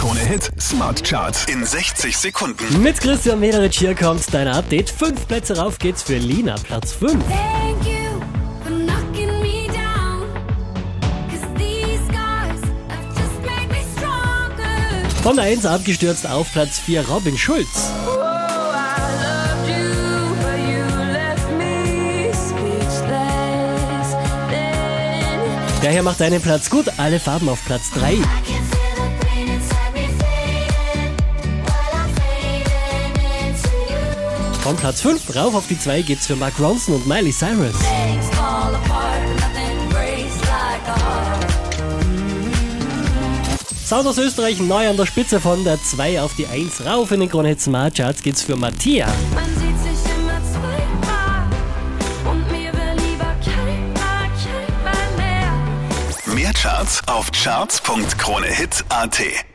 Krone-Hit Smart Charts in 60 Sekunden. Mit Christian Mederitsch hier kommt dein Update. 5 Plätze rauf geht's für Lina, Platz 5. Von der 1 abgestürzt auf Platz 4 Robin Schulz. Der hier macht einen Platz gut, Alle Farben auf Platz 3. Von Platz 5 rauf auf die 2 geht's für Mark Ronson und Miley Cyrus. Sound aus Österreich neu an der Spitze, von der 2 auf die 1 rauf in den Krone-Hit Smart Charts geht's für Matthias. Man sieht sich immer zweimal und mir wär lieber keiner mehr. Mehr Charts auf charts.kronehit.at.